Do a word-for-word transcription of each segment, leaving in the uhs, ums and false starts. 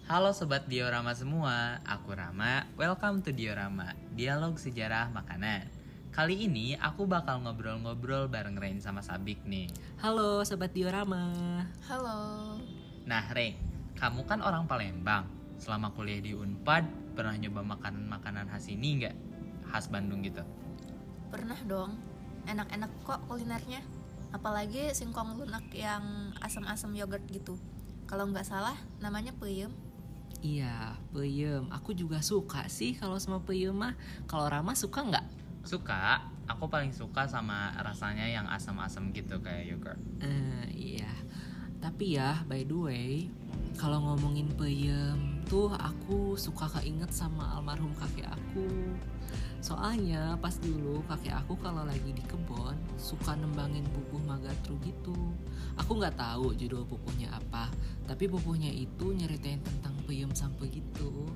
Halo Sobat Diorama semua, aku Rama, welcome to Diorama, Dialog Sejarah Makanan. Kali ini aku bakal ngobrol-ngobrol bareng Rain sama Sabik nih. Halo Sobat Diorama. Halo. Nah Rain, kamu kan orang Palembang. Selama kuliah di Unpad, pernah nyoba makanan-makanan khas ini nggak? Khas Bandung gitu? Pernah dong, enak-enak kok kulinernya. Apalagi singkong lunak yang asam-asam yogurt gitu. Kalau nggak salah, namanya peyem. Iya, peyem. Aku juga suka sih kalau sama peyem mah. Kalau Rama suka nggak? Suka, aku paling suka sama rasanya yang asam-asam gitu kayak yogurt. Eh, iya. Tapi ya, by the way, kalau ngomongin peyem tuh aku suka keinget sama almarhum kakek aku. Soalnya pas dulu kakek aku kalau lagi di kebun suka nembangin pupuh magatru gitu. Aku nggak tahu judul pupuhnya apa, tapi pupuhnya itu nyeritain tentang peyem sampe gitu.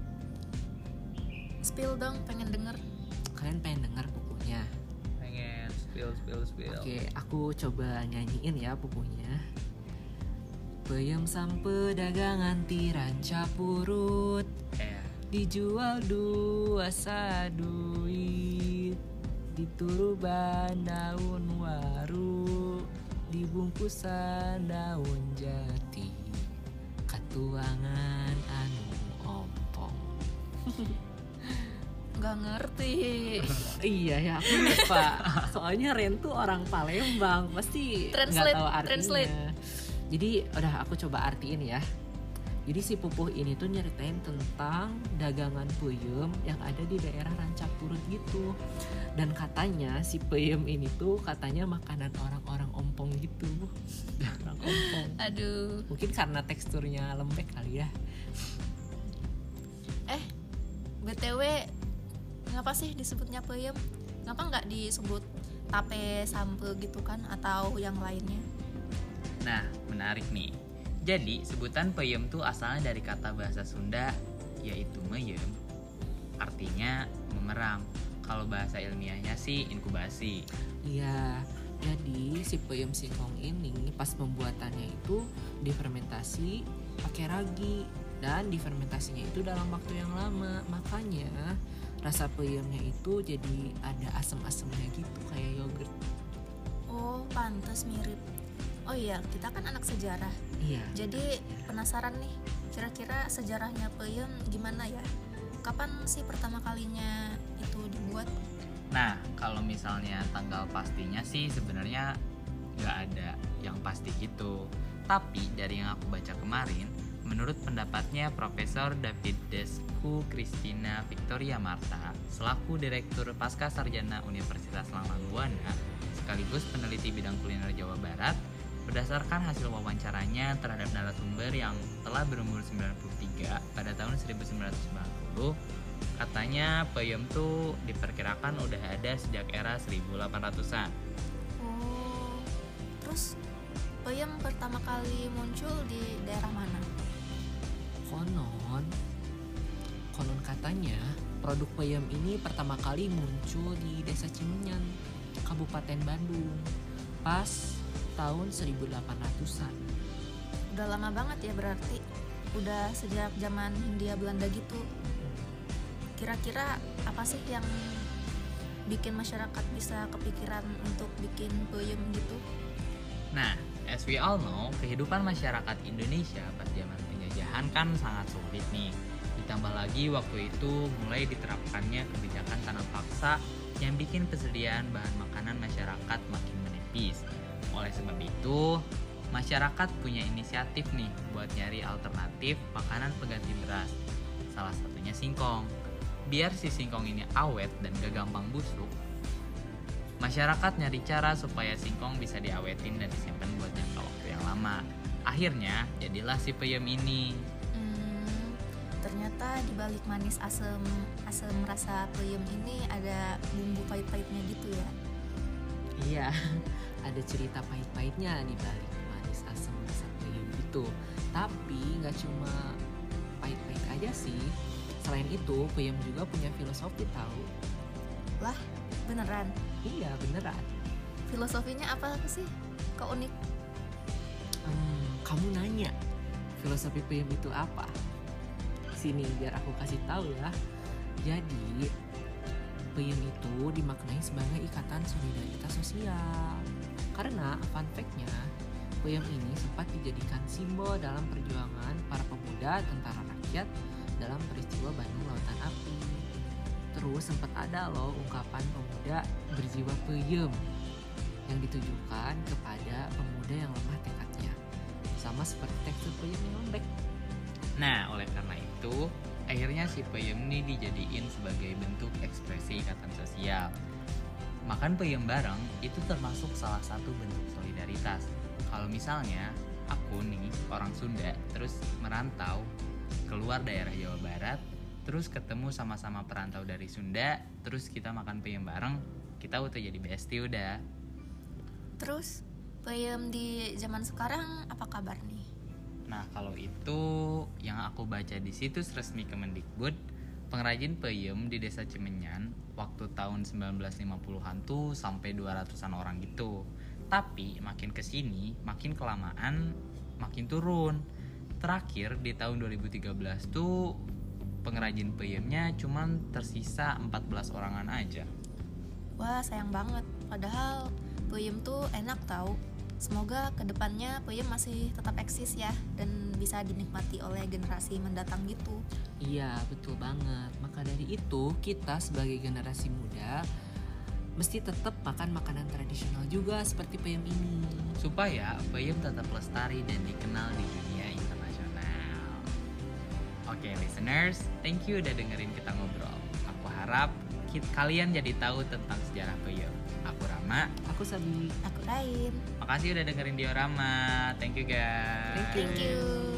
Spill dong, pengen denger. Kalian pengen dengar pupuhnya? Pengen spill, spill, spill. Oke, aku coba nyanyiin ya pupuhnya. Peyem sampe dagangan tiran capurut, Eh, dijual dua saduit, dituruban daun waru, dibungkusan daun jati, katuangan anu ompong. Nggak ngerti. Iya ya, aku lupa. Soalnya Ren tuh orang Palembang, pasti nggak Translate, tahu artinya. translate. Jadi udah aku coba artiin ya. Jadi si pupuh ini tuh nyeritain tentang dagangan peyem yang ada di daerah Rancapurut gitu. Dan katanya si peyem ini tuh katanya makanan orang-orang ompong gitu. Orang ompong. Aduh. Mungkin karena teksturnya lembek kali ya. Eh, B T W, ngapa sih disebutnya peyem? Ngapa nggak disebut tape sampe gitu kan? Atau yang lainnya? Nah, menarik nih. Jadi, sebutan peyem tuh asalnya dari kata bahasa Sunda, yaitu meyem. Artinya memeram. Kalau bahasa ilmiahnya sih inkubasi. Iya, jadi si peyem singkong ini pas pembuatannya itu difermentasi pakai ragi. Dan difermentasinya itu dalam waktu yang lama. Makanya rasa peyemnya itu jadi ada asam-asamnya gitu kayak yogurt. Oh, pantas mirip. Oh iya, kita kan anak sejarah. Iya. Jadi penasaran nih, kira-kira sejarahnya peyem gimana ya? Kapan sih pertama kalinya itu dibuat? Nah, kalau misalnya tanggal pastinya sih sebenarnya nggak ada yang pasti gitu. Tapi dari yang aku baca kemarin, menurut pendapatnya Profesor David Desku Christina Victoria Marta, selaku Direktur Pasca Sarjana Universitas Langlang Buana, sekaligus peneliti bidang kuliner Jawa Barat, berdasarkan hasil wawancaranya terhadap narasumber yang telah berumur sembilan puluh tiga pada tahun seribu sembilan ratus sembilan puluh, katanya peyem tuh diperkirakan udah ada sejak era seribu delapan ratusan. Oh, terus peyem pertama kali muncul di daerah mana? Konon, konon katanya produk peyem ini pertama kali muncul di Desa Cimenyan, Kabupaten Bandung, pas tahun seribu delapan ratusan. Udah lama banget ya berarti. Udah sejak zaman Hindia Belanda gitu. Kira-kira apa sih yang bikin masyarakat bisa kepikiran untuk bikin peyem gitu? Nah, as we all know, kehidupan masyarakat Indonesia pas zaman penjajahan kan sangat sulit nih. Ditambah lagi waktu itu mulai diterapkannya kebijakan tanam paksa yang bikin persediaan bahan makanan masyarakat makin menipis. Oleh sebab itu, masyarakat punya inisiatif nih buat nyari alternatif makanan pengganti beras. Salah satunya singkong. Biar si singkong ini awet dan gak gampang busuk, masyarakat nyari cara supaya singkong bisa diawetin dan disimpan buat jangka waktu yang lama. Akhirnya, jadilah si peyem ini. Hmm, ternyata di balik manis asem asem rasa peyem ini ada bumbu pahit-pahitnya gitu ya. Iya, ada cerita pahit-pahitnya di balik manis asam rasa peyem itu. Tapi nggak cuma pahit-pahit aja sih. Selain itu, peyem juga punya filosofi tahu. Lah, beneran? Iya, beneran. Filosofinya apa sih? Kok unik? Hmm, kamu nanya, filosofi peyem itu apa? Sini biar aku kasih tahu ya. Jadi peyem itu dimaknai sebagai ikatan solidaritas sosial. Karena fun fact-nya, peyem ini sempat dijadikan simbol dalam perjuangan para pemuda tentara rakyat dalam peristiwa Bandung Lautan Api. Terus sempat ada loh ungkapan pemuda berjiwa peyem yang ditujukan kepada pemuda yang lemah tekadnya, sama seperti tekstur peyem yang lembek. Nah, oleh karena itu, akhirnya si peyem ini dijadiin sebagai bentuk ekspresi ikatan sosial. Makan peyem bareng itu termasuk salah satu bentuk solidaritas. Kalau misalnya aku nih orang Sunda terus merantau keluar daerah Jawa Barat, terus ketemu sama-sama perantau dari Sunda, terus kita makan peyem bareng, kita udah jadi bestie udah. Terus peyem di zaman sekarang apa kabar nih? Nah, kalau itu yang aku baca di situs resmi Kemendikbud, pengrajin peyem di Desa Cimenyan waktu tahun sembilan belas lima puluhan tuh sampai dua ratusan orang gitu. Tapi makin kesini, makin kelamaan, makin turun. Terakhir di tahun dua ribu tiga belas tuh pengrajin peyemnya cuman tersisa empat belas orangan aja. Wah, sayang banget. Padahal peyem tuh enak tau. Semoga kedepannya peyem masih tetap eksis ya dan bisa dinikmati oleh generasi mendatang gitu. Iya, betul banget. Maka dari itu, kita sebagai generasi muda mesti tetap makan makanan tradisional juga seperti peyem ini. Supaya peyem tetap lestari dan dikenal di dunia internasional. Oke, listeners, thank you udah dengerin kita ngobrol. Aku harap kit- kalian jadi tahu tentang sejarah peyem. Aku Rama. Aku Sabi. Aku Rain. Makasih udah dengerin Diorama. Thank you guys. Thank Thank you.